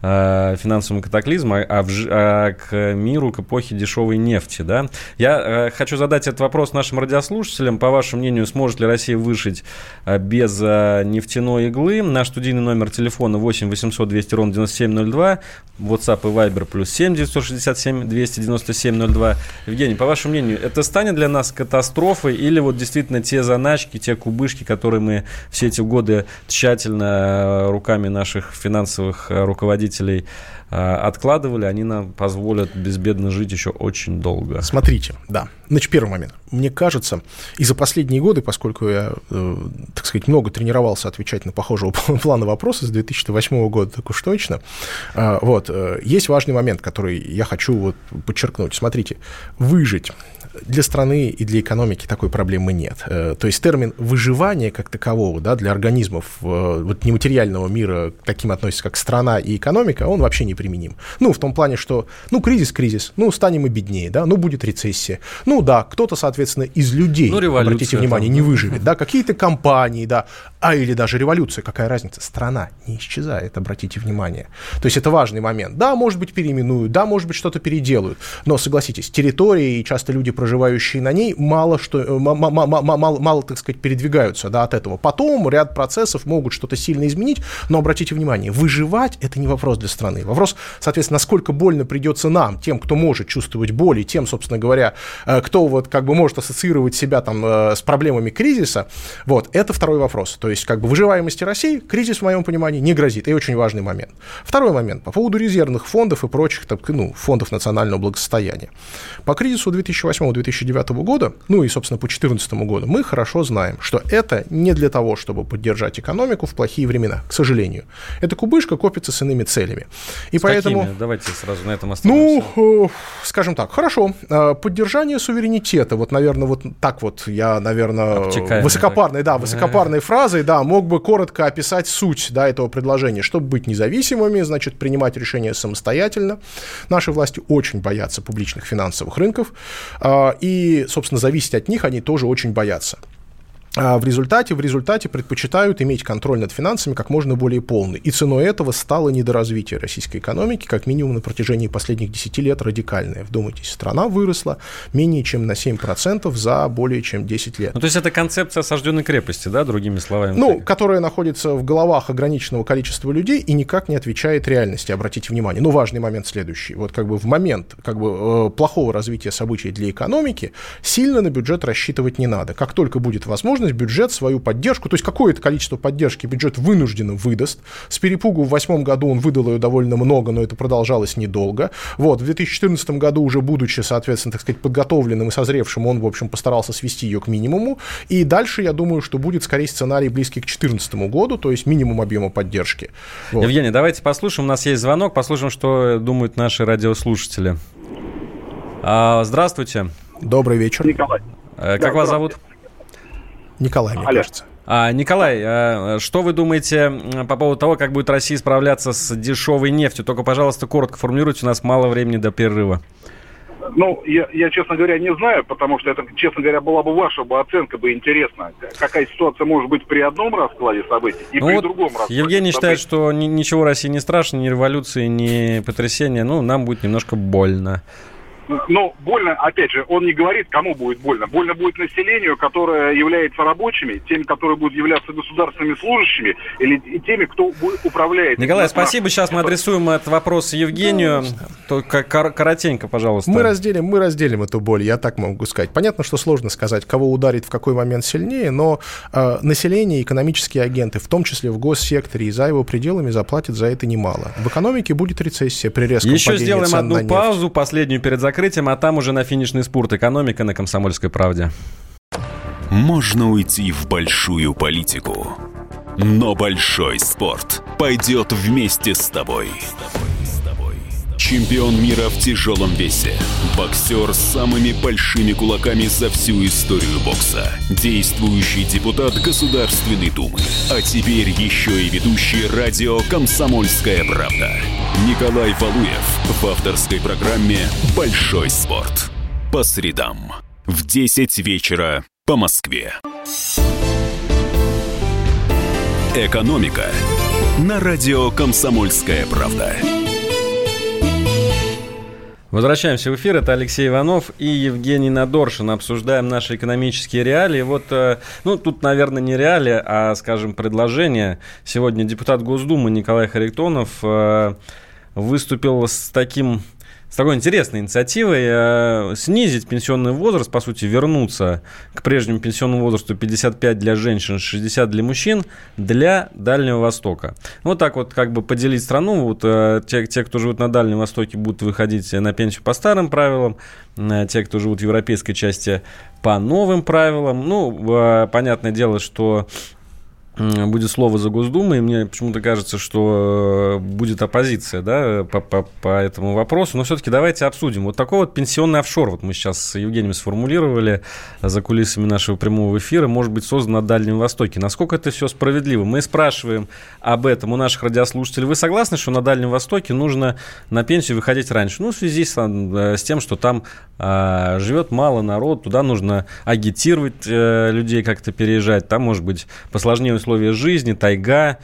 а, финансовым катаклизмам, а, в, а к миру, к эпохе дешевой нефти. Да? Я а, хочу задать этот вопрос нашим радиослушателям. По вашему мнению, сможет ли Россия выжить а, без а, нефтяной иглы? Наш студийный номер телефона восемь восемьсот двести ровно девяносто семь ноль два, WhatsApp и Viber плюс семь девятьсот шестьдесят семь двести девяносто семь ноль два. Евгений, по вашему мнению, это станет для нас катастрофой или вот действительно те заначки, те кубышки, которые мы все эти годы тщательно руками наших финансовых руководителей откладывали, они нам позволят безбедно жить еще очень долго? Смотрите, да. Значит, первый момент. Мне кажется, и за последние годы, поскольку я, э, так сказать, много тренировался отвечать на похожего плана вопросы с две тысячи восьмого года, так уж точно, э, вот, э, есть важный момент, который я хочу вот подчеркнуть. Смотрите, выжить для страны и для экономики такой проблемы нет. То есть термин выживания как такового, да, для организмов вот, нематериального мира, к таким относится, как страна и экономика, он вообще не применим. Ну, в том плане, что, ну, кризис, кризис, ну, станем мы беднее, да, ну, будет рецессия. Ну, да, кто-то, соответственно, из людей, ну, обратите внимание, там, не выживет, да, какие-то компании, да, а или даже революция, какая разница, страна не исчезает, обратите внимание. То есть это важный момент. Да, может быть, переименуют, да, может быть, что-то переделают, но, согласитесь, территории и часто люди, проживающие на ней, мало, что, мало, мало, мало, мало, так сказать, передвигаются, да, от этого. Потом ряд процессов могут что-то сильно изменить, но обратите внимание, выживать – это не вопрос для страны. Вопрос, соответственно, насколько больно придется нам, тем, кто может чувствовать боль, и тем, собственно говоря, кто вот как бы может ассоциировать себя там с проблемами кризиса, вот, это второй вопрос. То есть, как бы выживаемости России кризис, в моем понимании, не грозит, и очень важный момент. Второй момент, по поводу резервных фондов и прочих, так, ну, фондов национального благосостояния. По кризису две тысячи восьмого - две тысячи девятого года, ну и, собственно, по две тысячи четырнадцатому году, мы хорошо знаем, что это не для того, чтобы поддержать экономику в плохие времена, к сожалению. Эта кубышка копится с иными целями. И с поэтому... какими? Давайте сразу на этом остановимся. Ну, скажем так, хорошо. Поддержание суверенитета, вот, наверное, вот так вот я, наверное, Обтекаемый, высокопарной, так. да, высокопарной фразой, да, мог бы коротко описать суть, да, этого предложения. Чтобы быть независимыми, значит, принимать решения самостоятельно. Наши власти очень боятся публичных финансовых рынков, и, собственно, зависеть от них они тоже очень боятся. А в результате, в результате предпочитают иметь контроль над финансами как можно более полный. И ценой этого стало недоразвитие российской экономики, как минимум на протяжении последних десяти лет радикальное. Вдумайтесь, страна выросла менее чем на семь процентов за более чем десять лет. Ну, то есть это концепция осажденной крепости, да, другими словами? Ну, которая находится в головах ограниченного количества людей и никак не отвечает реальности, обратите внимание. Ну, важный момент следующий. Вот как бы в момент как бы, плохого развития событий для экономики сильно на бюджет рассчитывать не надо. Как только будет возможность, возможность бюджет свою поддержку, то есть какое-то количество поддержки бюджет вынужденно выдаст. С перепугу в восьмом году он выдал ее довольно много, но это продолжалось недолго. Вот, в две тысячи четырнадцатом году, уже будучи, соответственно, так сказать, подготовленным и созревшим, он, в общем, постарался свести ее к минимуму. И дальше, я думаю, что будет скорее сценарий близкий к две тысячи четырнадцатому году, то есть минимум объема поддержки. Вот. Евгений, давайте послушаем. У нас есть звонок. Послушаем, что думают наши радиослушатели. А, здравствуйте. Добрый вечер. Николай. А, как да, вас зовут? Николай, мне Алло. кажется. А, Николай, а, что вы думаете по поводу того, как будет Россия справляться с дешевой нефтью? Только, пожалуйста, коротко формулируйте, у нас мало времени до перерыва. Ну, я, я, честно говоря, не знаю, потому что это, честно говоря, была бы ваша бы оценка, бы интересна. Какая ситуация может быть при одном раскладе событий и ну при вот другом раскладе Евгений событий. считает, что ни, ничего России не страшно, ни революции, ни потрясения. Ну, нам будет немножко больно. Но больно, опять же, он не говорит, кому будет больно. Больно будет населению, которое является рабочими, теми, которые будут являться государственными служащими, или и теми, кто управляет. Николай, спасибо. Сейчас мы адресуем этот вопрос Евгению. Только кор- коротенько, пожалуйста. Мы разделим, мы разделим эту боль, я так могу сказать. Понятно, что сложно сказать, кого ударит в какой момент сильнее, но э, население, экономические агенты, в том числе в госсекторе и за его пределами, заплатят за это немало. В экономике будет рецессия при резком Еще падении сделаем цен на одну нефть. паузу, последнюю перед закрытием, а там уже на финишный спорт. Экономика на «Комсомольской правде». Можно уйти в большую политику, но большой спорт пойдет вместе с тобой. Чемпион мира в тяжелом весе, боксер с самыми большими кулаками за всю историю бокса, действующий депутат Государственной Думы, а теперь еще и ведущий радио «Комсомольская правда». Николай Валуев в авторской программе «Большой спорт». По средам в десять вечера по Москве. «Экономика» на радио «Комсомольская правда». Возвращаемся в эфир. Это Алексей Иванов и Евгений Надоршин. Обсуждаем наши экономические реалии. Вот, ну, тут, наверное, не реалии, а, скажем, предложение. Сегодня депутат Госдумы Николай Харитонов выступил с таким... С такой интересной инициативой э, снизить пенсионный возраст, по сути, вернуться к прежнему пенсионному возрасту пятьдесят пять для женщин, шестьдесят для мужчин, для Дальнего Востока. Вот так вот как бы поделить страну. Вот, э, те, те, кто живут на Дальнем Востоке, будут выходить на пенсию по старым правилам, э, те, кто живут в европейской части, по новым правилам. Ну, э, понятное дело, что будет слово за Госдумой, и мне почему-то кажется, что будет оппозиция, да, по, по, по этому вопросу. Но все-таки давайте обсудим. Вот такой вот пенсионный офшор, вот мы сейчас с Евгением сформулировали за кулисами нашего прямого эфира, может быть создан на Дальнем Востоке. Насколько это все справедливо? Мы спрашиваем об этом у наших радиослушателей. Вы согласны, что на Дальнем Востоке нужно на пенсию выходить раньше? Ну, в связи с, с тем, что там а, живет мало народ, туда нужно агитировать а, людей как-то переезжать, там, может быть, посложнее условия жизни, тайга,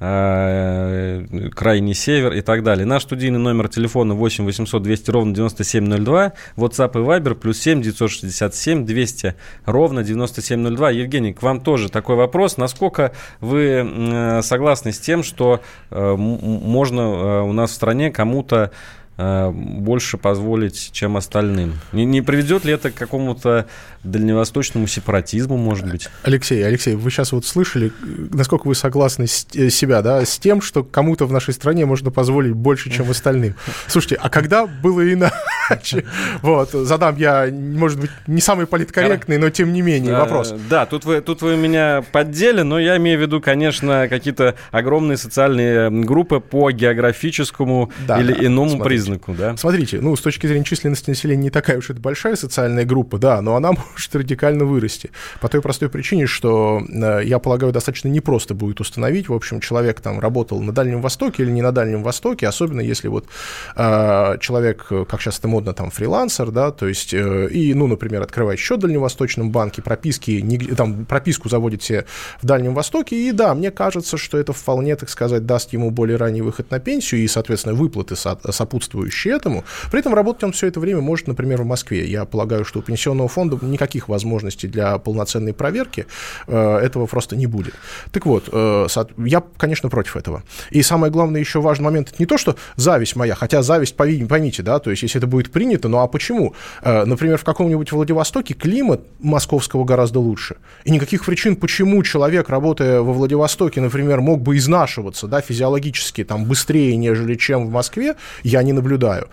э, крайний север и так далее. Наш студийный номер телефона восемь восемьсот двести ровно девяносто семь ноль два, WhatsApp и Viber плюс семь девятьсот шестьдесят семь двести ровно девяносто семь ноль два. Евгений, к вам тоже такой вопрос. Насколько вы э, согласны с тем, что э, можно э, у нас в стране кому-то больше позволить, чем остальным? Не, не приведет ли это к какому-то дальневосточному сепаратизму, может быть? Алексей, Алексей, вы сейчас вот слышали, насколько вы согласны с себя, да, с тем, что кому-то в нашей стране можно позволить больше, чем остальным? Слушайте, а когда было иначе? Вот, задам я, может быть, не самый политкорректный, но тем не менее вопрос. Да, тут вы, тут вы меня поддели, но я имею в виду, конечно, какие-то огромные социальные группы по географическому да, или да, иному смотрите, признаку. Да? Смотрите, ну, с точки зрения численности населения не такая уж это большая социальная группа, да, но она может радикально вырасти. По той простой причине, что, я полагаю, достаточно непросто будет установить, в общем, человек там работал на Дальнем Востоке или не на Дальнем Востоке, особенно если вот э, человек, как сейчас это модно, там, фрилансер, да, то есть, э, и, ну, например, открывает счет в Дальневосточном банке, прописки, не, там, прописку заводит себе в Дальнем Востоке, и да, мне кажется, что это вполне, так сказать, даст ему более ранний выход на пенсию и, соответственно, выплаты со- сопутствующие соответствующий этому. При этом работать он все это время может, например, в Москве. Я полагаю, что у пенсионного фонда никаких возможностей для полноценной проверки э, этого просто не будет. Так вот, э, я, конечно, против этого. И самое главное, еще важный момент, это не то, что зависть моя, хотя зависть, поймите, да, то есть если это будет принято, ну а почему? Э, например, в каком-нибудь Владивостоке климат московского гораздо лучше. И никаких причин, почему человек, работая во Владивостоке, например, мог бы изнашиваться, да, физиологически там быстрее, нежели чем в Москве, я не наблюдаю.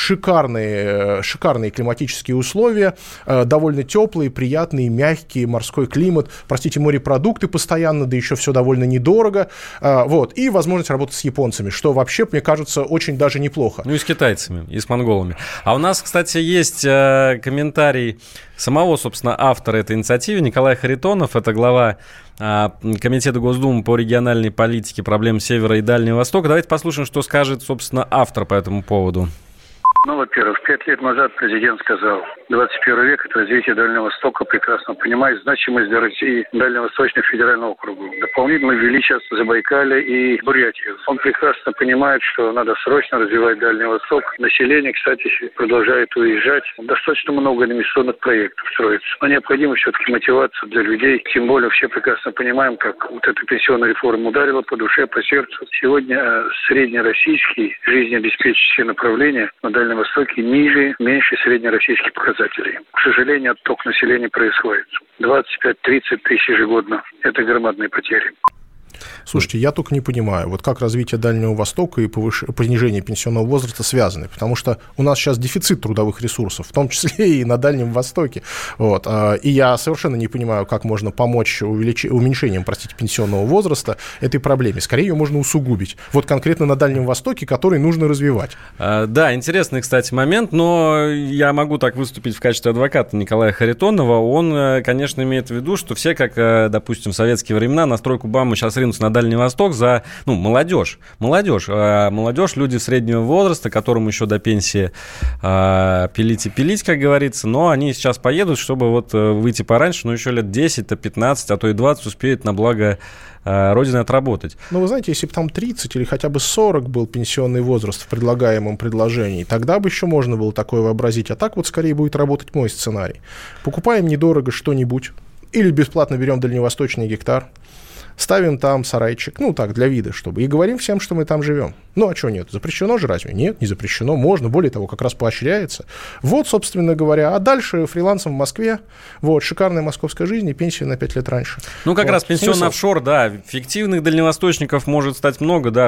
Шикарные, шикарные климатические условия, э, довольно теплые, приятные, мягкие, морской климат, простите, морепродукты постоянно, да еще все довольно недорого, э, вот, и возможность работать с японцами, что вообще, мне кажется, очень даже неплохо. Ну и с китайцами, и с монголами. А у нас, кстати, есть э, комментарий самого, собственно, автора этой инициативы, Николай Харитонов, это глава э, Комитета Госдумы по региональной политике, проблем Севера и Дальнего Востока. Давайте послушаем, что скажет, собственно, автор по этому поводу. Ну, во-первых, пять лет назад президент сказал, двадцать первый век – это развитие Дальнего Востока, прекрасно понимает значимость для России Дальневосточного федерального округа. Дополнительно ввели сейчас Забайкалье и Бурятию. Он прекрасно понимает, что надо срочно развивать Дальний Восток. Население, кстати, продолжает уезжать. Достаточно много инвестиционных проектов строится. Но необходима все-таки мотивация для людей. Тем более все прекрасно понимаем, как вот эта пенсионная реформа ударила по душе, по сердцу. Сегодня среднероссийские жизнеобеспечивающие направления на Дальнем Востоке ниже, меньше среднероссийских показателей. К сожалению, отток населения происходит. двадцать пять - тридцать тысяч ежегодно. Это громадные потери. Слушайте, я только не понимаю, вот как развитие Дальнего Востока и повыш... понижение пенсионного возраста связаны, потому что у нас сейчас дефицит трудовых ресурсов, в том числе и на Дальнем Востоке, вот, и я совершенно не понимаю, как можно помочь увелич... уменьшением, простите, пенсионного возраста этой проблеме, скорее ее можно усугубить, вот конкретно на Дальнем Востоке, который нужно развивать. Да, интересный, кстати, момент, но я могу так выступить в качестве адвоката Николая Харитонова, он, конечно, имеет в виду, что все, как, допустим, в советские времена, на стройку БАМа сейчас ринутся на Дальний Восток за, ну, молодежь, молодежь, а молодежь, люди среднего возраста, которым еще до пенсии а, пилить и пилить, как говорится, но они сейчас поедут, чтобы вот выйти пораньше, но еще лет десять, пятнадцать, а то и двадцать успеют на благо а, Родины отработать. Ну, вы знаете, если бы там тридцать или хотя бы сорок был пенсионный возраст в предлагаемом предложении, тогда бы еще можно было такое вообразить, а так вот скорее будет работать мой сценарий. Покупаем недорого что-нибудь или бесплатно берем дальневосточный гектар, ставим там сарайчик, ну так, для вида, чтобы, и говорим всем, что мы там живем. Ну, а что нет? Запрещено же разве? Нет, не запрещено, можно, более того, как раз поощряется. Вот, собственно говоря, а дальше фрилансом в Москве, вот, шикарная московская жизнь и пенсия на пять лет раньше. Ну, как вот. раз пенсионный офшор, да, фиктивных дальневосточников может стать много, да,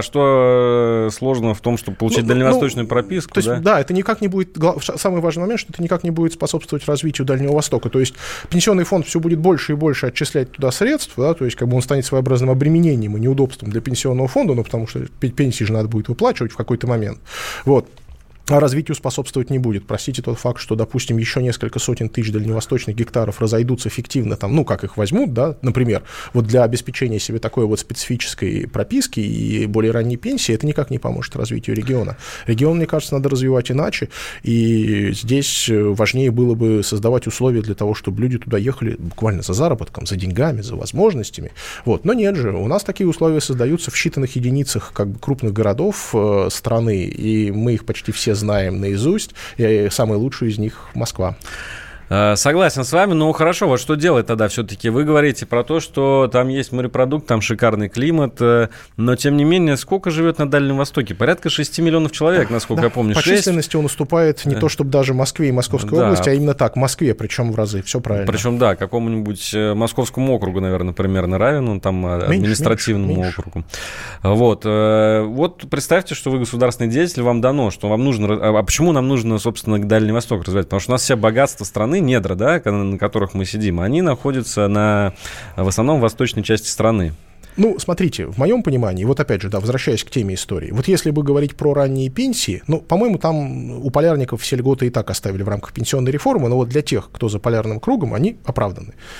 что сложно в том, чтобы получить ну, дальневосточную ну, прописку, то есть, да? Да, это никак не будет, самый важный момент, что это никак не будет способствовать развитию Дальнего Востока, то есть пенсионный фонд все будет больше и больше отчислять туда средств, да, то есть как бы он станет своеобразным обременением и неудобством для пенсионного фонда, ну, потому что пенсии же надо будет выплачивать в какой-то момент. Вот. А развитию способствовать не будет. Простите тот факт, что, допустим, еще несколько сотен тысяч дальневосточных гектаров разойдутся фиктивно, там, ну, как их возьмут, да, например, вот для обеспечения себе такой вот специфической прописки и более ранней пенсии, это никак не поможет развитию региона. Регион, мне кажется, надо развивать иначе, и здесь важнее было бы создавать условия для того, чтобы люди туда ехали буквально за заработком, за деньгами, за возможностями. Вот. Но нет же, у нас такие условия создаются в считанных единицах как бы крупных городов э, страны, и мы их почти все знаем наизусть, и самый лучший из них Москва. Согласен с вами, но хорошо, вот что делать тогда все-таки? Вы говорите про то, что там есть морепродукт, там шикарный климат, но тем не менее, сколько живет на Дальнем Востоке? Порядка шести миллионов человек, насколько да, я помню. По численности он уступает не да. то, чтобы даже Москве и Московской да. области, а именно так, Москве, причем в разы, все правильно. Причем, да, какому-нибудь Московскому округу, наверное, примерно равен, он там меньше, административному меньше, округу. Меньше. Вот. вот представьте, что вы государственный деятель, вам дано, что вам нужно, а почему нам нужно, собственно, Дальний Восток развивать? Потому что у нас все богатства страны, недра, да, на которых мы сидим, они находятся на, в основном в восточной части страны. Ну, смотрите, в моем понимании, вот опять же, да, возвращаясь к теме истории, вот если бы говорить про ранние пенсии, ну, по-моему, там у полярников все льготы и так оставили в рамках пенсионной реформы, но вот для тех, кто за полярным кругом, они оправданы.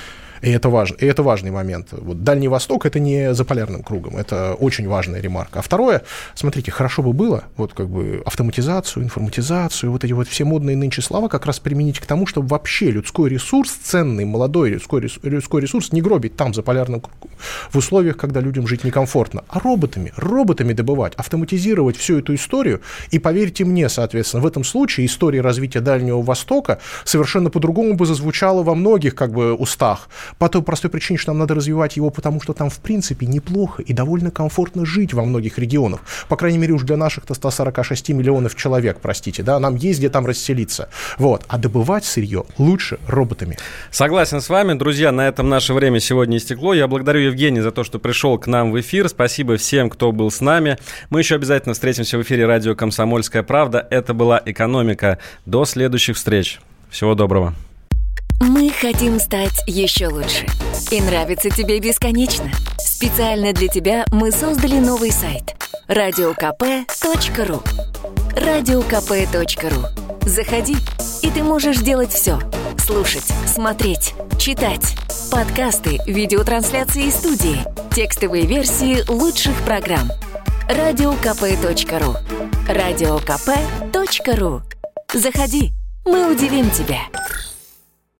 И это, важно, и это важный момент. Вот Дальний Восток – это не за полярным кругом, это очень важная ремарка. А второе, смотрите, хорошо бы было вот как бы автоматизацию, информатизацию, вот эти вот все модные нынче слова как раз применить к тому, чтобы вообще людской ресурс, ценный, молодой людской ресурс, людской ресурс не гробить там, за полярным кругом, в условиях, когда людям жить некомфортно, а роботами, роботами добывать, автоматизировать всю эту историю. И поверьте мне, соответственно, в этом случае история развития Дальнего Востока совершенно по-другому бы зазвучала во многих как бы устах. По той простой причине, что нам надо развивать его, потому что там, в принципе, неплохо и довольно комфортно жить во многих регионах. По крайней мере, уж для наших-то ста сорока шести миллионов человек, простите, да, нам есть где там расселиться. Вот. А добывать сырье лучше роботами. Согласен с вами. Друзья, на этом наше время сегодня истекло. Я благодарю Евгения за то, что пришел к нам в эфир. Спасибо всем, кто был с нами. Мы еще обязательно встретимся в эфире радио «Комсомольская правда». Это была «Экономика». До следующих встреч. Всего доброго. Мы хотим стать еще лучше. И нравится тебе бесконечно. Специально для тебя мы создали новый сайт – радио ка пэ точка ру. радио ка пэ точка ру. Заходи, и ты можешь делать все. Слушать, смотреть, читать. Подкасты, видеотрансляции из студии, текстовые версии лучших программ. радио ка пэ точка ру. радио ка пэ точка ру. Заходи, мы удивим тебя.